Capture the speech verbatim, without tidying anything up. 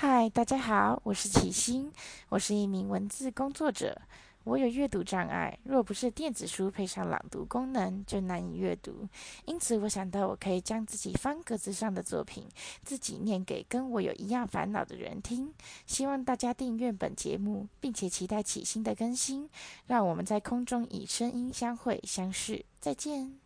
嗨，大家好，我是启心，我是一名文字工作者。我有阅读障碍，若不是电子书配上朗读功能，就难以阅读。因此，我想到我可以将自己方格子上的作品自己念给跟我有一样烦恼的人听。希望大家订阅本节目，并且期待启心的更新。让我们在空中以声音相会相视，再见。